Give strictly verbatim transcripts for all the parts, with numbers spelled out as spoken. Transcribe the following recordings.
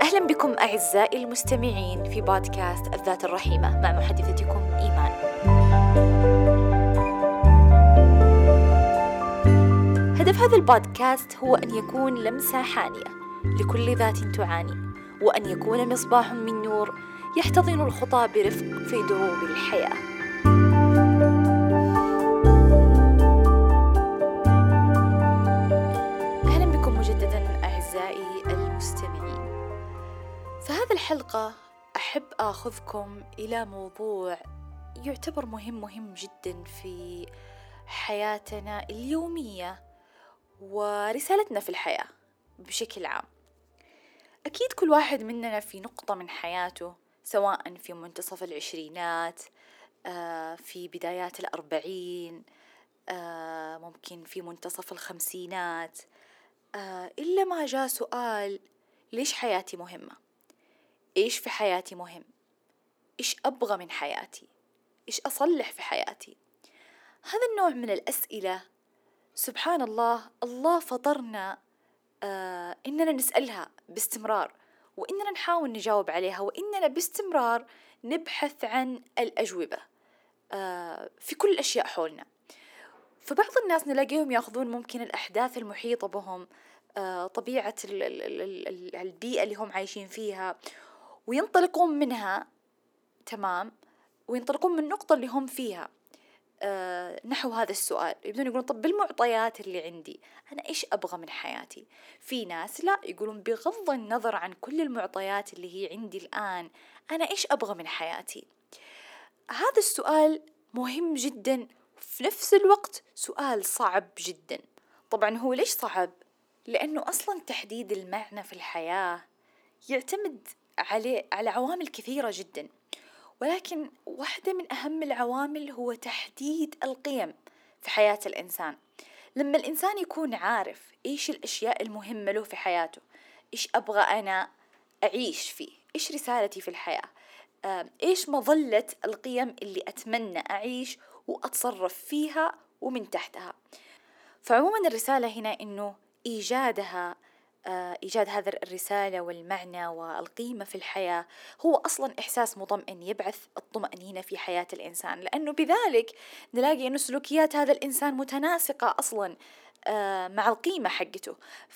أهلا بكم أعزائي المستمعين في بودكاست الذات الرحيمة مع محدثتكم إيمان. هدف هذا البودكاست هو أن يكون لمسة حانية لكل ذات تعاني، وأن يكون مصباح من نور يحتضن الخطى برفق في دروب الحياة. أهلا بكم مجددا أعزائي المستمعين. في هذه الحلقة أحب آخذكم إلى موضوع يعتبر مهم مهم جدا في حياتنا اليومية ورسالتنا في الحياة بشكل عام. أكيد كل واحد مننا في نقطة من حياته، سواء في منتصف العشرينات، في بدايات الأربعين، ممكن في منتصف الخمسينات، إلا ما جاء سؤال: ليش حياتي مهمة؟ إيش في حياتي مهم؟ إيش أبغى من حياتي؟ إيش أصلح في حياتي؟ هذا النوع من الأسئلة سبحان الله الله فطرنا آه إننا نسألها باستمرار، وإننا نحاول نجاوب عليها، وإننا باستمرار نبحث عن الأجوبة آه في كل الأشياء حولنا. فبعض الناس نلاقيهم يأخذون ممكن الأحداث المحيطة بهم، آه طبيعة البيئة اللي هم عايشين فيها، وينطلقون منها، تمام، وينطلقون من النقطة اللي هم فيها آه نحو هذا السؤال. يبدون يقولون: طب بالمعطيات اللي عندي أنا إيش أبغى من حياتي؟ في ناس لا، يقولون بغض النظر عن كل المعطيات اللي هي عندي الآن، أنا إيش أبغى من حياتي؟ هذا السؤال مهم جدا، في نفس الوقت سؤال صعب جدا. طبعا هو ليش صعب؟ لأنه أصلا تحديد المعنى في الحياة يعتمد عليه على عوامل كثيرة جدا، ولكن واحدة من أهم العوامل هو تحديد القيم في حياة الإنسان. لما الإنسان يكون عارف إيش الأشياء المهمة له في حياته، إيش أبغى أنا أعيش فيه، إيش رسالتي في الحياة، إيش مظلة القيم اللي أتمنى أعيش وأتصرف فيها ومن تحتها. فعموما الرسالة هنا إنه إيجادها إيجاد هذا الرسالة والمعنى والقيمة في الحياة هو أصلا إحساس مطمئن يبعث الطمأنينة في حياة الإنسان، لأنه بذلك نلاقي أن سلوكيات هذا الإنسان متناسقة أصلا مع القيمة حقته،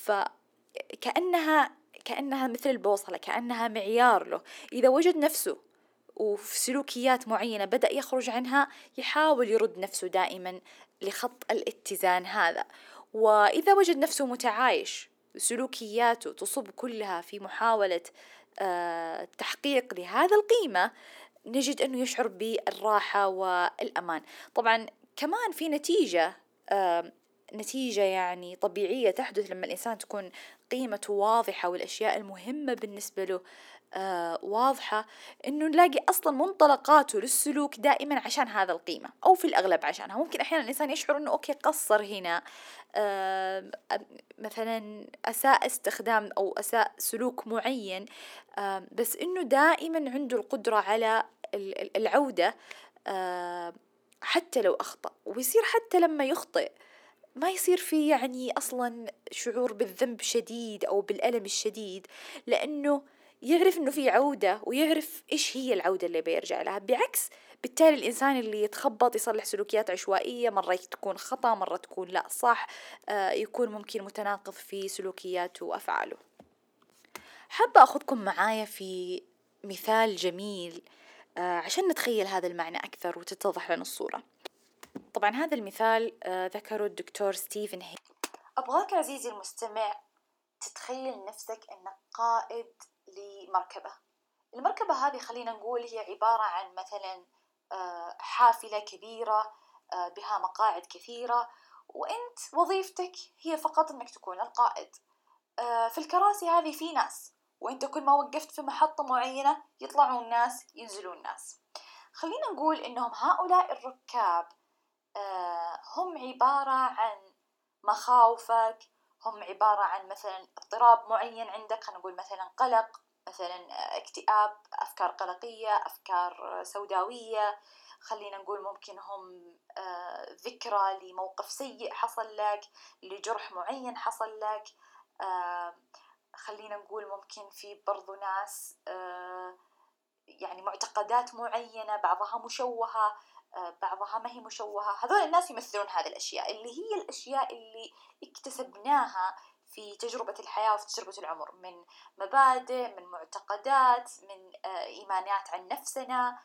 فكأنها كأنها مثل البوصلة، كأنها معيار له. إذا وجد نفسه وفي سلوكيات معينة بدأ يخرج عنها، يحاول يرد نفسه دائما لخط الاتزان هذا. وإذا وجد نفسه متعايش سلوكياته تصب كلها في محاولة آه تحقيق لهذا القيمة، نجد أنه يشعر بالراحة والأمان. طبعا كمان في نتيجة آه نتيجة يعني طبيعية تحدث لما الإنسان تكون قيمته واضحة والأشياء المهمة بالنسبة له آه واضحة، إنه نلاقي أصلا منطلقاته للسلوك دائما عشان هذا القيمة، أو في الأغلب عشانها. ممكن أحيانا الإنسان يشعر إنه أوكي قصر هنا، آه مثلا أساء استخدام أو أساء سلوك معين، آه بس إنه دائما عنده القدرة على العودة آه حتى لو أخطأ، ويصير حتى لما يخطئ ما يصير فيه يعني أصلا شعور بالذنب شديد أو بالألم الشديد، لأنه يعرف إنه في عودة ويعرف إيش هي العودة اللي بيرجع لها. بعكس بالتالي الإنسان اللي يتخبط يصلح سلوكيات عشوائية، مرة تكون خطأ مرة تكون لا صح، آه يكون ممكن متناقض في سلوكياته وأفعاله. حابة أخذكم معايا في مثال جميل آه عشان نتخيل هذا المعنى أكثر وتتضح لنا الصورة. طبعا هذا المثال آه ذكره الدكتور ستيفن هي. أبغاك عزيزي المستمع تتخيل نفسك أنك قائد لمركبة. المركبة هذه خلينا نقول هي عبارة عن مثلا آه حافلة كبيرة آه بها مقاعد كثيرة، وأنت وظيفتك هي فقط أنك تكون القائد. آه في الكراسي هذه في ناس، وأنت كل ما وقفت في محطة معينة يطلعون ناس ينزلون ناس. خلينا نقول إنهم هؤلاء الركاب آه هم عبارة عن مخاوفك، هم عبارة عن مثلا اضطراب معين عندك، خلينا نقول مثلا قلق، مثلا اكتئاب، أفكار قلقية، أفكار سوداوية. خلينا نقول ممكن هم آه ذكرى لموقف سيء حصل لك، لجرح معين حصل لك، آه خلينا نقول ممكن في برضو ناس آه يعني معتقدات معينة، بعضها مشوهة بعضها ما هي مشوهة. هذول الناس يمثلون هذه الأشياء اللي هي الأشياء اللي اكتسبناها في تجربة الحياة وفي تجربة العمر، من مبادئ، من معتقدات، من إيمانات عن نفسنا.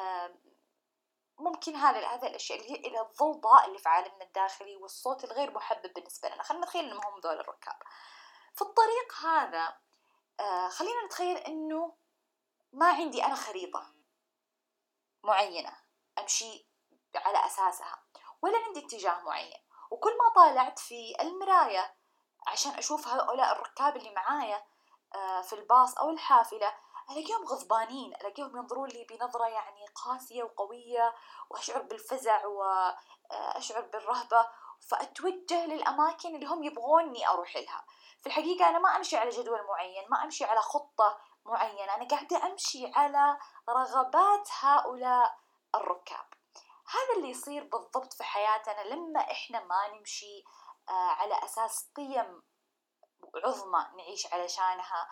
ممكن هذا هذا الأشياء اللي هي الضوضاء اللي في عالمنا الداخلي والصوت الغير محبب بالنسبة لنا. خلينا نتخيل إنهم هم ذول الركاب في الطريق هذا. خلينا نتخيل إنه ما عندي أنا خريطة معينة أمشي على أساسها، ولا عندي اتجاه معين، وكل ما طالعت في المراية عشان أشوف هؤلاء الركاب اللي معايا في الباص أو الحافلة، ألاقيهم غضبانين، ألاقيهم ينظرون لي بنظرة يعني قاسية وقوية، وأشعر بالفزع وأشعر بالرهبة، فأتوجه للأماكن اللي هم يبغوني أروح لها. في الحقيقة أنا ما أمشي على جدول معين، ما أمشي على خطة معينة، أنا قاعدة أمشي على رغبات هؤلاء الركاب. هذا اللي يصير بالضبط في حياتنا لما إحنا ما نمشي على أساس قيم عظمى نعيش علشانها.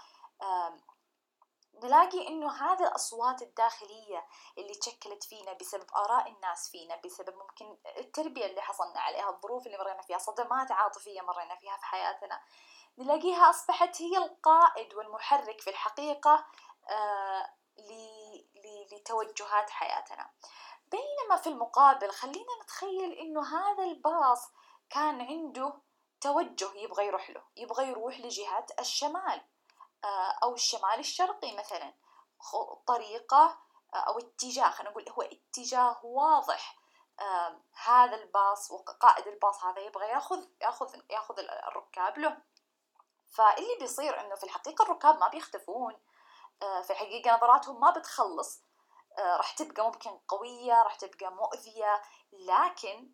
نلاقي إنه هذه الأصوات الداخلية اللي تشكلت فينا بسبب آراء الناس فينا، بسبب ممكن التربية اللي حصلنا عليها، الظروف اللي مرينا فيها، صدمات عاطفية مرينا فيها في حياتنا، نلاقيها أصبحت هي القائد والمحرك في الحقيقة آه لتوجهات حياتنا. بينما في المقابل خلينا نتخيل إنه هذا الباص كان عنده توجه يبغى يروح له، يبغى يروح لجهة الشمال أو الشمال الشرقي مثلا، طريقة أو اتجاه، خلينا نقول هو اتجاه واضح. هذا الباص وقائد الباص هذا يبغى ياخذ ياخذ ياخذ الركاب له. فاللي بيصير إنه في الحقيقة الركاب ما بيختفون، في الحقيقة نظراتهم ما بتخلص، راح تبقى ممكن قوية، راح تبقى مؤذية، لكن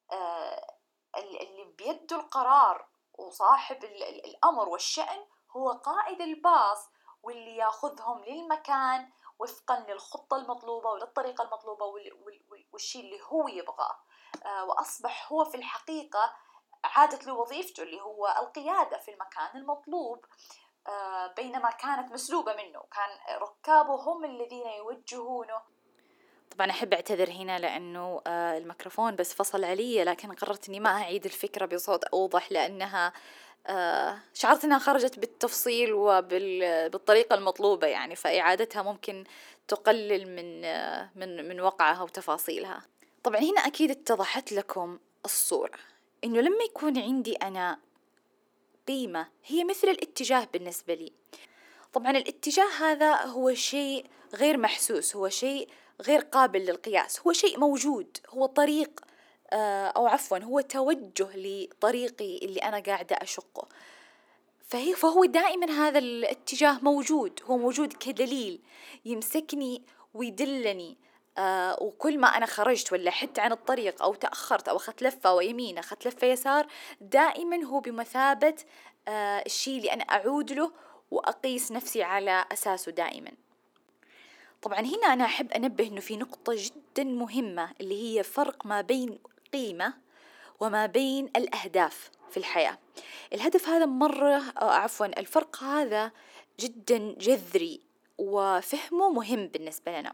اللي بيده القرار وصاحب الأمر والشأن هو قائد الباص، واللي ياخذهم للمكان وفقا للخطة المطلوبة وللطريقة المطلوبة والشيء اللي هو يبغاه. وأصبح هو في الحقيقة عادت له وظيفته اللي هو القيادة في المكان المطلوب، بينما كانت مسلوبة منه، كان ركابه هم الذين يوجهونه. طبعا أحب أعتذر هنا لأنه الميكروفون بس فصل علي، لكن قررت أني ما أعيد الفكرة بصوت أوضح، لأنها شعرت أنها خرجت بالتفصيل وبالطريقة المطلوبة يعني، فإعادتها ممكن تقلل من من من وقعها وتفاصيلها. طبعا هنا أكيد اتضحت لكم الصورة، إنه لما يكون عندي أنا قيمة هي مثل الاتجاه بالنسبة لي. طبعا الاتجاه هذا هو شيء غير محسوس، هو شيء غير قابل للقياس، هو شيء موجود، هو طريق أو عفوا هو توجه لطريقي اللي أنا قاعدة أشقه. فهي فهو دائما هذا الاتجاه موجود، هو موجود كدليل يمسكني ويدلني. آه وكل ما أنا خرجت ولا حدت عن الطريق أو تأخرت أو أخذت لفة ويمين أخذت لفة يسار، دائما هو بمثابة آه الشيء اللي أنا أعود له وأقيس نفسي على أساسه دائما. طبعا هنا أنا أحب أنبه أنه في نقطة جدا مهمة اللي هي فرق ما بين قيمة وما بين الأهداف في الحياة. الهدف هذا مرة عفوا الفرق هذا جدا جذري وفهمه مهم بالنسبة لنا.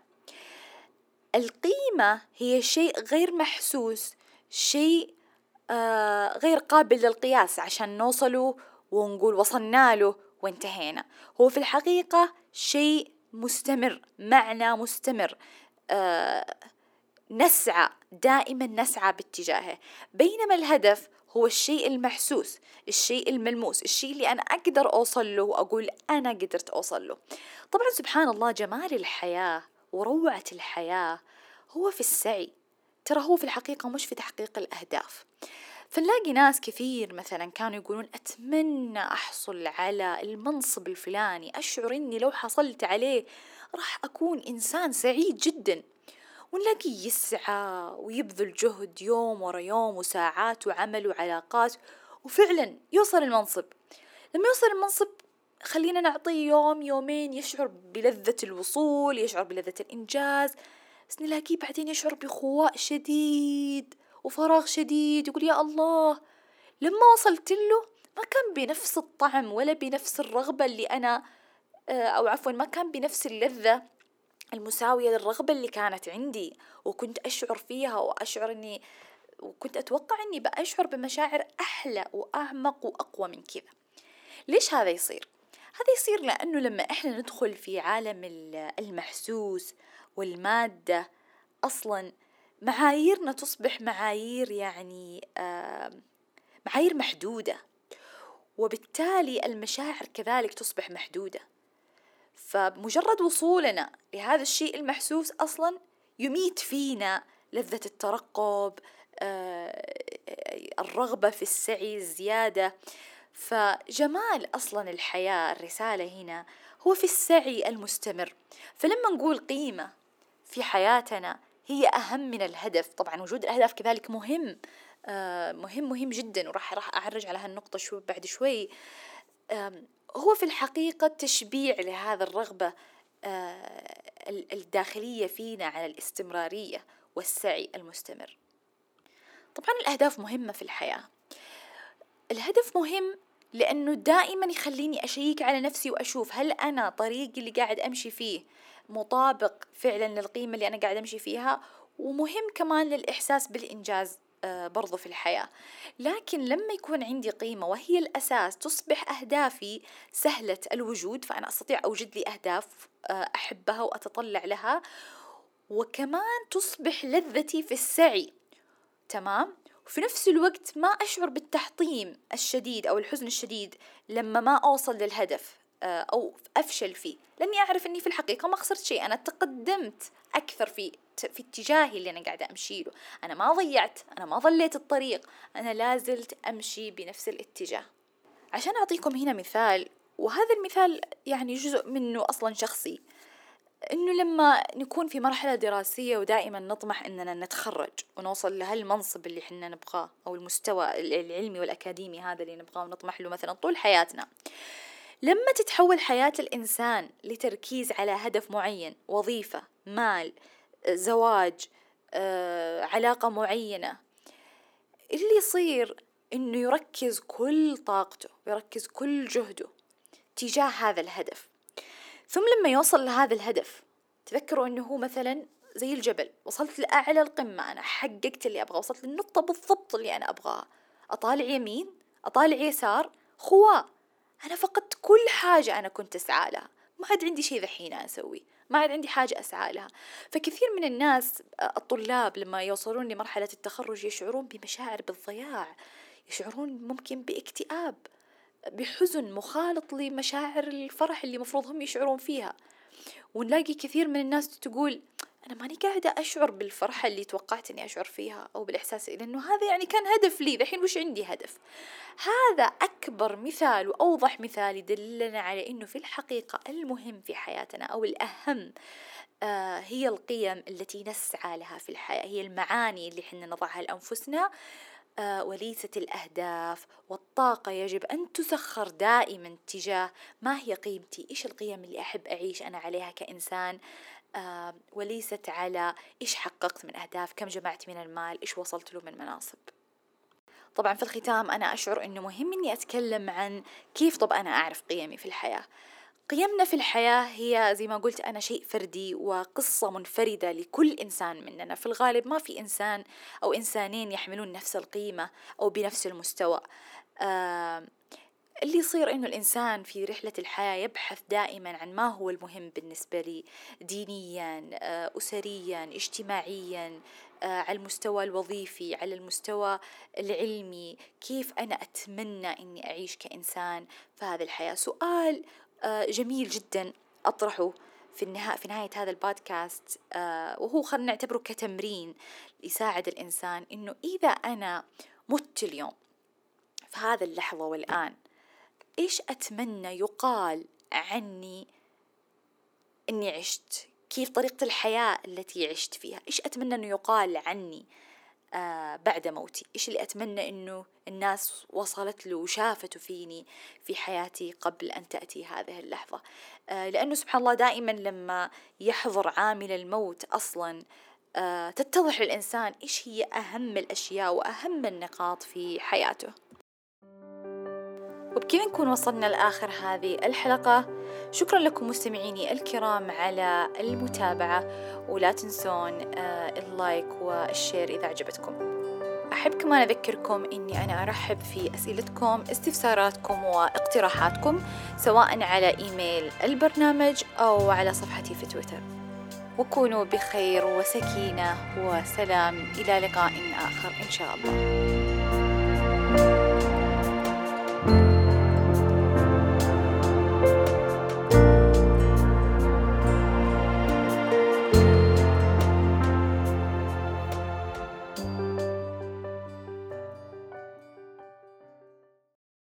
القيمة هي شيء غير محسوس، شيء آه غير قابل للقياس عشان نوصله ونقول وصلنا له وانتهينا. هو في الحقيقة شيء مستمر، معنى مستمر، آه نسعى دائما نسعى باتجاهه. بينما الهدف هو الشيء المحسوس، الشيء الملموس، الشيء اللي أنا أقدر أوصل له وأقول أنا قدرت أوصل له. طبعا سبحان الله جمال الحياة وروعة الحياة هو في السعي، ترى هو في الحقيقة مش في تحقيق الأهداف. فنلاقي ناس كثير مثلا كانوا يقولون أتمنى أحصل على المنصب الفلاني، أشعر أني لو حصلت عليه راح أكون إنسان سعيد جدا، ونلاقيه يسعى ويبذل جهد يوم ورا يوم وساعات وعمل وعلاقات، وفعلا يوصل المنصب. لما يوصل المنصب خلينا نعطيه يوم يومين يشعر بلذة الوصول، يشعر بلذة الإنجاز، بس نلاقيه بعدين يشعر بخواء شديد وفراغ شديد، يقول يا الله لما وصلت له ما كان بنفس الطعم ولا بنفس الرغبة اللي أنا أو عفوا ما كان بنفس اللذة المساوية للرغبة اللي كانت عندي وكنت أشعر فيها وأشعر أني وكنت أتوقع أني بأشعر بمشاعر أحلى وأعمق وأقوى من كذا. ليش هذا يصير؟ هذا يصير لأنه لما إحنا ندخل في عالم المحسوس والمادة أصلا معاييرنا تصبح معايير يعني آه معايير محدودة، وبالتالي المشاعر كذلك تصبح محدودة. فمجرد وصولنا لهذا الشيء المحسوس أصلا يميت فينا لذة الترقب، آه الرغبة في السعي الزيادة. فجمال أصلا الحياة، الرسالة هنا هو في السعي المستمر. فلما نقول قيمة في حياتنا هي أهم من الهدف، طبعا وجود الأهداف كذلك مهم آه مهم مهم جدا، وراح راح أعرج على هالنقطة شو بعد شوي. هو في الحقيقة تشبيع لهذا الرغبة آه الداخلية فينا على الاستمرارية والسعي المستمر. طبعا الأهداف مهمة في الحياة. الهدف مهم لأنه دائما يخليني أشيك على نفسي وأشوف هل أنا طريقي اللي قاعد أمشي فيه مطابق فعلا للقيمة اللي أنا قاعد أمشي فيها، ومهم كمان للإحساس بالإنجاز آه برضو في الحياة. لكن لما يكون عندي قيمة وهي الأساس تصبح أهدافي سهلة الوجود، فأنا أستطيع أوجد لي أهداف آه أحبها وأتطلع لها، وكمان تصبح لذتي في السعي. تمام. وفي نفس الوقت ما أشعر بالتحطيم الشديد أو الحزن الشديد لما ما أوصل للهدف أو أفشل فيه، لأني أعرف أني في الحقيقة ما خسرت شيء، أنا تقدمت أكثر في في اتجاهي اللي أنا قاعدة أمشي له، أنا ما ضيعت، أنا ما ضليت الطريق، أنا لازلت أمشي بنفس الاتجاه. عشان أعطيكم هنا مثال، وهذا المثال يعني جزء منه أصلا شخصي، إنه لما نكون في مرحلة دراسية ودائما نطمح إننا نتخرج ونوصل لهالمنصب اللي حنا نبغاه أو المستوى العلمي والأكاديمي هذا اللي نبغاه ونطمح له مثلا طول حياتنا، لما تتحول حياة الإنسان لتركيز على هدف معين، وظيفة، مال، زواج، آه، علاقة معينة، اللي يصير إنه يركز كل طاقته ويركز كل جهده تجاه هذا الهدف. ثم لما يوصل لهذا الهدف، تذكروا أنه هو مثلا زي الجبل، وصلت لأعلى القمة، أنا حققت اللي أبغاه، وصلت للنقطة بالضبط اللي أنا أبغاها، أطالع يمين أطالع يسار، خوا أنا فقدت كل حاجة أنا كنت أسعى لها، ما عاد عندي شيء ذحين أسوي، ما عاد عندي حاجة أسعى لها. فكثير من الناس الطلاب لما يوصلون لمرحلة التخرج يشعرون بمشاعر بالضياع، يشعرون ممكن باكتئاب، بحزن مخالط لمشاعر الفرح اللي مفروض هم يشعرون فيها. ونلاقي كثير من الناس تقول أنا ماني قاعدة أشعر بالفرحة اللي توقعت أني أشعر فيها أو بالإحساس، لأنه هذا يعني كان هدف لي، ذحين وش عندي هدف. هذا أكبر مثال وأوضح مثال يدلنا على أنه في الحقيقة المهم في حياتنا أو الأهم آه هي القيم التي نسعى لها في الحياة، هي المعاني اللي حنا نضعها لأنفسنا آه وليست الأهداف. والطاقة يجب أن تسخر دائما تجاه ما هي قيمتي، إيش القيم اللي أحب أعيش أنا عليها كإنسان، آه وليست على إيش حققت من أهداف، كم جمعت من المال، إيش وصلت له من مناصب. طبعا في الختام أنا أشعر أنه مهم أني أتكلم عن كيف طب أنا أعرف قيمي في الحياة. قيمنا في الحياة هي زي ما قلت أنا شيء فردي وقصة منفردة لكل إنسان مننا، في الغالب ما في إنسان أو إنسانين يحملون نفس القيمة أو بنفس المستوى. آه اللي يصير إنه الإنسان في رحلة الحياة يبحث دائما عن ما هو المهم بالنسبة لي دينيا، آه أسريا، اجتماعيا، آه على المستوى الوظيفي، على المستوى العلمي، كيف أنا أتمنى إني أعيش كإنسان في هذه الحياة. سؤال جميل جدا أطرحه في النهاية في نهاية هذا البودكاست، وهو خلنا نعتبره كتمرين يساعد الإنسان إنه إذا أنا مت اليوم في هذا اللحظة والآن، إيش أتمنى يقال عني إني عشت، كيف طريقة الحياة التي عشت فيها، إيش أتمنى إنه يقال عني آه بعد موتي، إيش اللي أتمنى إنه الناس وصلت له وشافته فيني في حياتي قبل أن تأتي هذه اللحظة. آه لأنه سبحان الله دائما لما يحضر عامل الموت أصلا آه تتضح للإنسان إيش هي أهم الأشياء وأهم النقاط في حياته. وبكذا نكون وصلنا لآخر هذه الحلقة. شكرا لكم مستمعيني الكرام على المتابعة، ولا تنسون اللايك والشير إذا عجبتكم. أحب كمان أذكركم أني أنا أرحب في أسئلتكم، استفساراتكم واقتراحاتكم، سواء على إيميل البرنامج أو على صفحتي في تويتر. وكونوا بخير وسكينة وسلام، إلى لقاء آخر إن شاء الله.